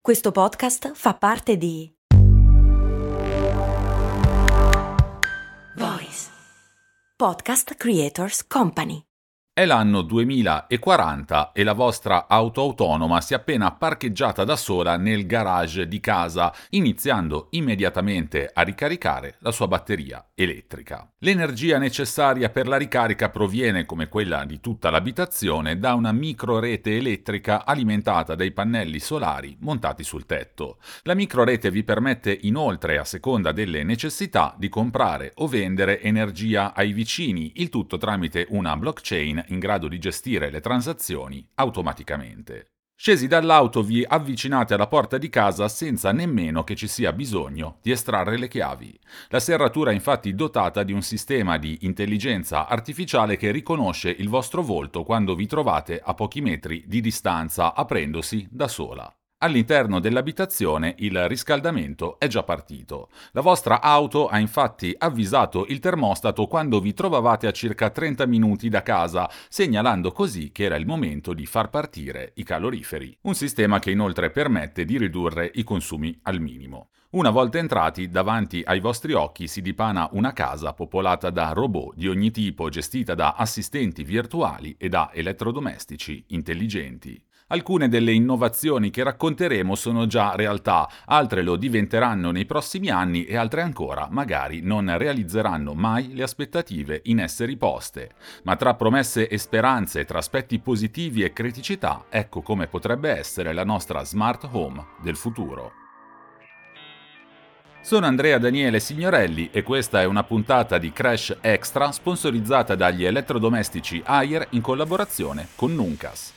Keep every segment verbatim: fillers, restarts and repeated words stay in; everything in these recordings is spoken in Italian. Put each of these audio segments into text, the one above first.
Questo podcast fa parte di Voice Podcast Creators Company. È l'anno duemilaquaranta e la vostra auto autonoma si è appena parcheggiata da sola nel garage di casa, iniziando immediatamente a ricaricare la sua batteria elettrica. L'energia necessaria per la ricarica proviene, come quella di tutta l'abitazione, da una microrete elettrica alimentata dai pannelli solari montati sul tetto. La microrete vi permette inoltre, a seconda delle necessità, di comprare o vendere energia ai vicini, il tutto tramite una blockchain in grado di gestire le transazioni automaticamente. Scesi dall'auto vi avvicinate alla porta di casa senza nemmeno che ci sia bisogno di estrarre le chiavi. La serratura è infatti dotata di un sistema di intelligenza artificiale che riconosce il vostro volto quando vi trovate a pochi metri di distanza, aprendosi da sola. All'interno dell'abitazione il riscaldamento è già partito. La vostra auto ha infatti avvisato il termostato quando vi trovavate a circa trenta minuti da casa, segnalando così che era il momento di far partire i caloriferi. Un sistema che inoltre permette di ridurre i consumi al minimo. Una volta entrati, davanti ai vostri occhi si dipana una casa popolata da robot di ogni tipo, gestita da assistenti virtuali e da elettrodomestici intelligenti. Alcune delle innovazioni che racconteremo sono già realtà, altre lo diventeranno nei prossimi anni e altre ancora magari non realizzeranno mai le aspettative in esse riposte. Ma tra promesse e speranze, tra aspetti positivi e criticità, ecco come potrebbe essere la nostra smart home del futuro. Sono Andrea Daniele Signorelli e questa è una puntata di Crash Extra sponsorizzata dagli elettrodomestici Haier in collaborazione con Nuncas.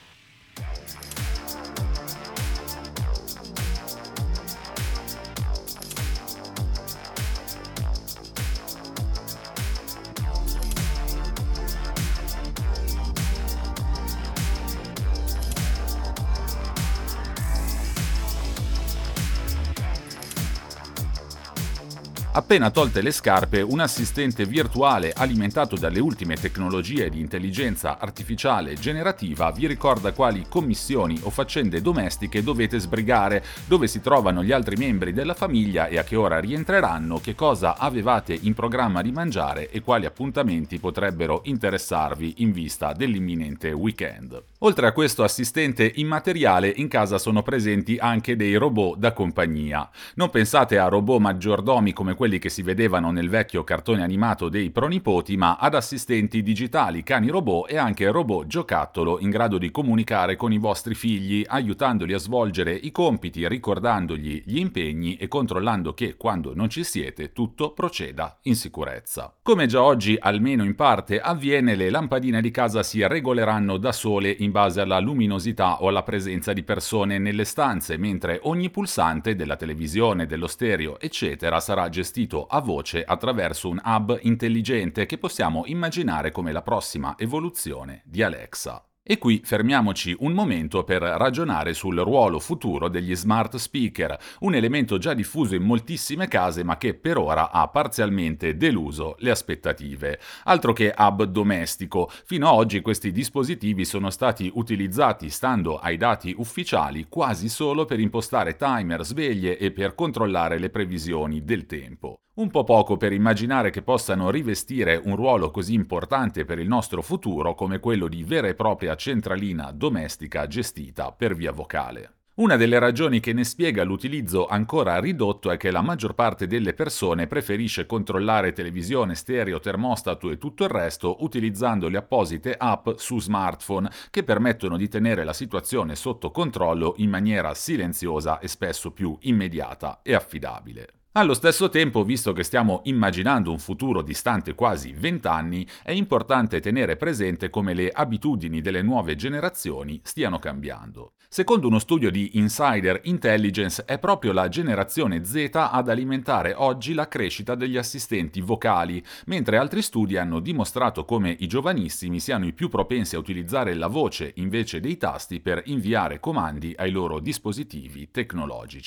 Appena tolte le scarpe, un assistente virtuale alimentato dalle ultime tecnologie di intelligenza artificiale generativa vi ricorda quali commissioni o faccende domestiche dovete sbrigare, dove si trovano gli altri membri della famiglia e a che ora rientreranno, che cosa avevate in programma di mangiare e quali appuntamenti potrebbero interessarvi in vista dell'imminente weekend. Oltre a questo assistente immateriale, in casa sono presenti anche dei robot da compagnia. Non pensate a robot maggiordomi come quelli quelli che si vedevano nel vecchio cartone animato dei pronipoti, ma ad assistenti digitali, cani robot e anche robot giocattolo in grado di comunicare con i vostri figli, aiutandoli a svolgere i compiti, ricordandogli gli impegni e controllando che, quando non ci siete, tutto proceda in sicurezza. Come già oggi, almeno in parte, avviene, le lampadine di casa si regoleranno da sole in base alla luminosità o alla presenza di persone nelle stanze, mentre ogni pulsante della televisione, dello stereo, eccetera, sarà gestito a voce attraverso un hub intelligente che possiamo immaginare come la prossima evoluzione di Alexa. E qui fermiamoci un momento per ragionare sul ruolo futuro degli smart speaker, un elemento già diffuso in moltissime case ma che per ora ha parzialmente deluso le aspettative. Altro che hub domestico, fino ad oggi questi dispositivi sono stati utilizzati, stando ai dati ufficiali, quasi solo per impostare timer, sveglie e per controllare le previsioni del tempo. Un po' poco per immaginare che possano rivestire un ruolo così importante per il nostro futuro come quello di vera e propria centralina domestica gestita per via vocale. Una delle ragioni che ne spiega l'utilizzo ancora ridotto è che la maggior parte delle persone preferisce controllare televisione, stereo, termostato e tutto il resto utilizzando le apposite app su smartphone che permettono di tenere la situazione sotto controllo in maniera silenziosa e spesso più immediata e affidabile. Allo stesso tempo, visto che stiamo immaginando un futuro distante quasi vent'anni, è importante tenere presente come le abitudini delle nuove generazioni stiano cambiando. Secondo uno studio di Insider Intelligence, è proprio la generazione Z ad alimentare oggi la crescita degli assistenti vocali, mentre altri studi hanno dimostrato come i giovanissimi siano i più propensi a utilizzare la voce invece dei tasti per inviare comandi ai loro dispositivi tecnologici.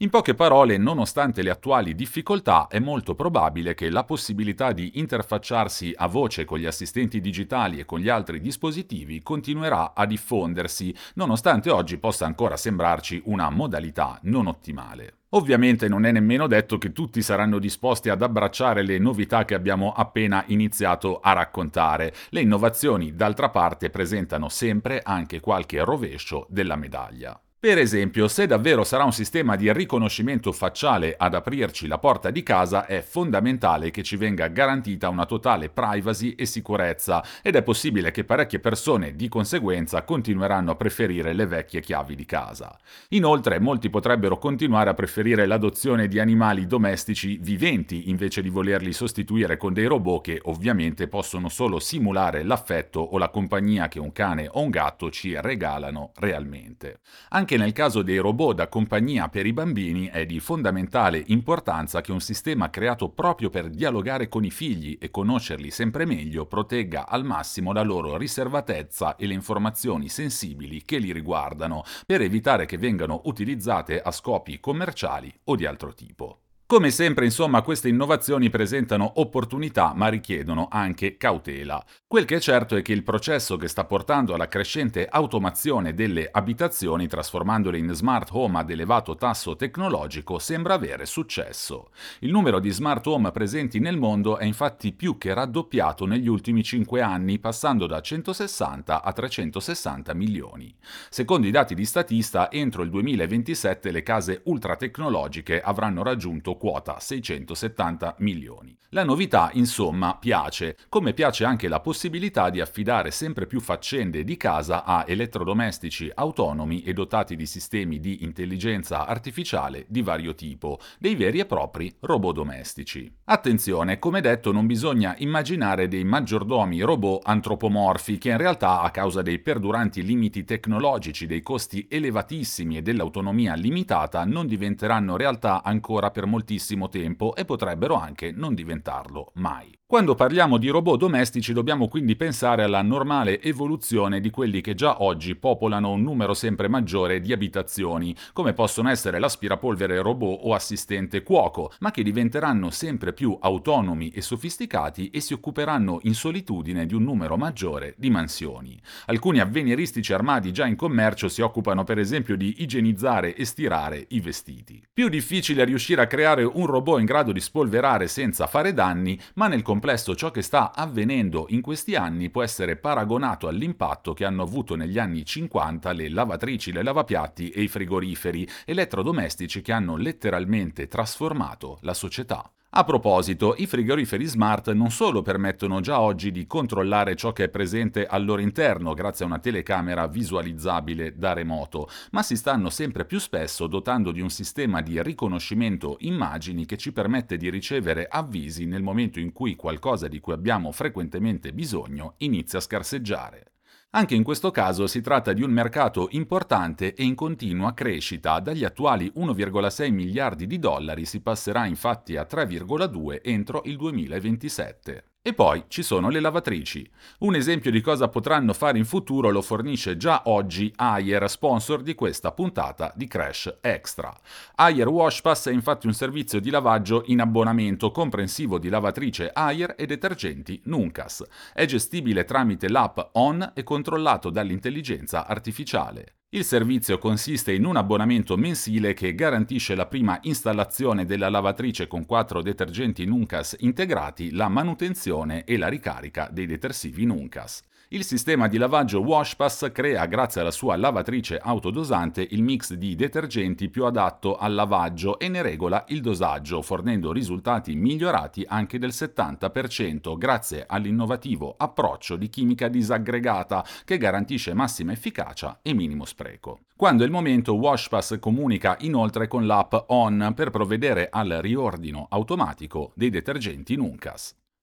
In poche parole, nonostante le attuali difficoltà, è molto probabile che la possibilità di interfacciarsi a voce con gli assistenti digitali e con gli altri dispositivi continuerà a diffondersi, nonostante oggi possa ancora sembrarci una modalità non ottimale. Ovviamente non è nemmeno detto che tutti saranno disposti ad abbracciare le novità che abbiamo appena iniziato a raccontare. Le innovazioni, d'altra parte, presentano sempre anche qualche rovescio della medaglia. Per esempio, se davvero sarà un sistema di riconoscimento facciale ad aprirci la porta di casa, è fondamentale che ci venga garantita una totale privacy e sicurezza, ed è possibile che parecchie persone di conseguenza continueranno a preferire le vecchie chiavi di casa. Inoltre, molti potrebbero continuare a preferire l'adozione di animali domestici viventi invece di volerli sostituire con dei robot che ovviamente possono solo simulare l'affetto o la compagnia che un cane o un gatto ci regalano realmente. Anche Anche nel caso dei robot da compagnia per i bambini è di fondamentale importanza che un sistema creato proprio per dialogare con i figli e conoscerli sempre meglio protegga al massimo la loro riservatezza e le informazioni sensibili che li riguardano, per evitare che vengano utilizzate a scopi commerciali o di altro tipo. Come sempre, insomma, queste innovazioni presentano opportunità ma richiedono anche cautela. Quel che è certo è che il processo che sta portando alla crescente automazione delle abitazioni, trasformandole in smart home ad elevato tasso tecnologico, sembra avere successo. Il numero di smart home presenti nel mondo è infatti più che raddoppiato negli ultimi cinque anni, passando da centosessanta a trecentosessanta milioni. Secondo i dati di Statista, entro il duemilaventisette le case ultratecnologiche avranno raggiunto quota seicentosettanta milioni. La novità, insomma, piace, come piace anche la possibilità di affidare sempre più faccende di casa a elettrodomestici autonomi e dotati di sistemi di intelligenza artificiale di vario tipo, dei veri e propri robot domestici. Attenzione, come detto, non bisogna immaginare dei maggiordomi robot antropomorfi che in realtà, a causa dei perduranti limiti tecnologici, dei costi elevatissimi e dell'autonomia limitata, non diventeranno realtà ancora per moltissimo tempo e potrebbero anche non diventarlo mai. Quando parliamo di robot domestici dobbiamo quindi pensare alla normale evoluzione di quelli che già oggi popolano un numero sempre maggiore di abitazioni, come possono essere l'aspirapolvere robot o assistente cuoco, ma che diventeranno sempre più autonomi e sofisticati e si occuperanno in solitudine di un numero maggiore di mansioni. Alcuni avveniristici armadi già in commercio si occupano per esempio di igienizzare e stirare i vestiti. Più difficile riuscire a creare un robot in grado di spolverare senza fare danni, ma nel complesso ciò che sta avvenendo in questi anni può essere paragonato all'impatto che hanno avuto negli anni cinquanta le lavatrici, le lavapiatti e i frigoriferi, elettrodomestici che hanno letteralmente trasformato la società. A proposito, i frigoriferi smart non solo permettono già oggi di controllare ciò che è presente al loro interno grazie a una telecamera visualizzabile da remoto, ma si stanno sempre più spesso dotando di un sistema di riconoscimento immagini che ci permette di ricevere avvisi nel momento in cui qualcosa di cui abbiamo frequentemente bisogno inizia a scarseggiare. Anche in questo caso si tratta di un mercato importante e in continua crescita. Dagli attuali uno virgola sei miliardi di dollari si passerà infatti a tre virgola due entro il duemilaventisette. E poi ci sono le lavatrici. Un esempio di cosa potranno fare in futuro lo fornisce già oggi Haier, sponsor di questa puntata di Crash Extra. Haier WashPass è infatti un servizio di lavaggio in abbonamento comprensivo di lavatrice Haier e detergenti Nuncas. È gestibile tramite l'app On e controllato dall'intelligenza artificiale. Il servizio consiste in un abbonamento mensile che garantisce la prima installazione della lavatrice con quattro detergenti Nuncas integrati, la manutenzione e la ricarica dei detersivi Nuncas. Il sistema di lavaggio WashPass crea, grazie alla sua lavatrice autodosante, il mix di detergenti più adatto al lavaggio e ne regola il dosaggio, fornendo risultati migliorati anche del settanta per cento grazie all'innovativo approccio di chimica disaggregata che garantisce massima efficacia e minimo spreco. Quando è il momento, WashPass comunica inoltre con l'app On per provvedere al riordino automatico dei detergenti Nuncas.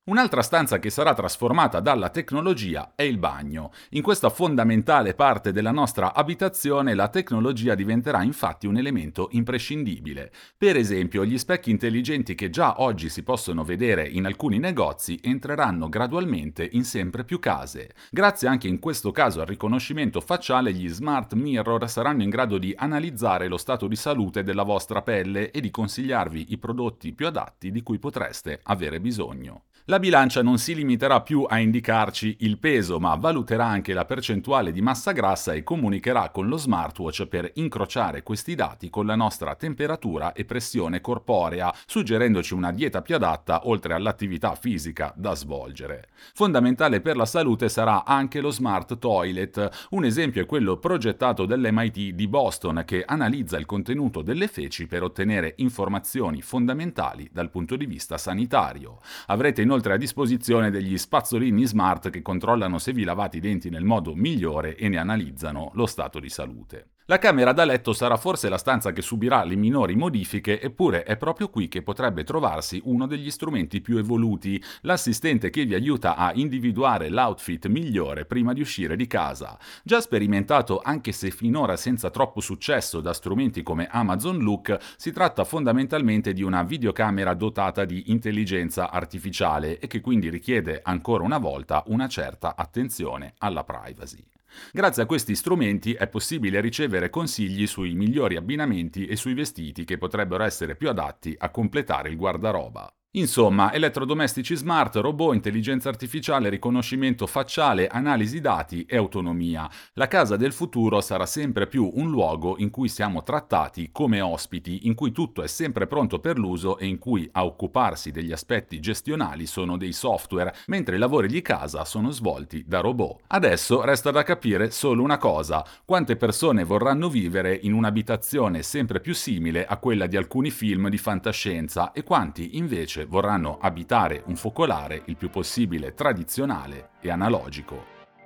Un'altra stanza che sarà trasformata dalla tecnologia è il bagno. In questa fondamentale parte della nostra abitazione la tecnologia diventerà infatti un elemento imprescindibile. Per esempio, gli specchi intelligenti che già oggi si possono vedere in alcuni negozi entreranno gradualmente in sempre più case. Grazie anche in questo caso al riconoscimento facciale, gli smart mirror saranno in grado di analizzare lo stato di salute della vostra pelle e di consigliarvi i prodotti più adatti di cui potreste avere bisogno. La bilancia non si limiterà più a indicarci il peso, ma valuterà anche la percentuale di massa grassa e comunicherà con lo smartwatch per incrociare questi dati con la nostra temperatura e pressione corporea, suggerendoci una dieta più adatta oltre all'attività fisica da svolgere. Fondamentale per la salute sarà anche lo smart toilet. Un esempio è quello progettato dall'M I T di Boston, che analizza il contenuto delle feci per ottenere informazioni fondamentali dal punto di vista sanitario. Avrete inoltre a disposizione degli spazzolini smart che controllano se vi lavate i denti nel modo migliore e ne analizzano lo stato di salute. La camera da letto sarà forse la stanza che subirà le minori modifiche, eppure è proprio qui che potrebbe trovarsi uno degli strumenti più evoluti, l'assistente che vi aiuta a individuare l'outfit migliore prima di uscire di casa. Già sperimentato, anche se finora senza troppo successo, da strumenti come Amazon Look, si tratta fondamentalmente di una videocamera dotata di intelligenza artificiale e che quindi richiede ancora una volta una certa attenzione alla privacy. Grazie a questi strumenti è possibile ricevere consigli sui migliori abbinamenti e sui vestiti che potrebbero essere più adatti a completare il guardaroba. Insomma, elettrodomestici smart, robot, intelligenza artificiale, riconoscimento facciale, analisi dati e autonomia. La casa del futuro sarà sempre più un luogo in cui siamo trattati come ospiti, in cui tutto è sempre pronto per l'uso e in cui a occuparsi degli aspetti gestionali sono dei software, mentre i lavori di casa sono svolti da robot. Adesso resta da capire solo una cosa: quante persone vorranno vivere in un'abitazione sempre più simile a quella di alcuni film di fantascienza e quanti invece vorranno abitare un focolare il più possibile tradizionale e analogico.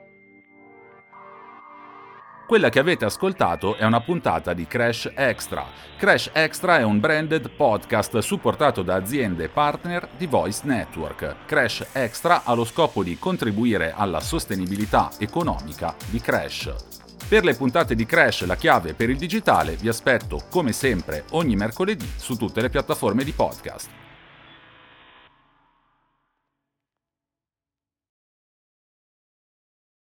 Quella che avete ascoltato è una puntata di Crash Extra. Crash Extra è un branded podcast supportato da aziende partner di Voice Network. Crash Extra ha lo scopo di contribuire alla sostenibilità economica di Crash. Per le puntate di Crash, la chiave per il digitale, vi aspetto come sempre ogni mercoledì su tutte le piattaforme di podcast.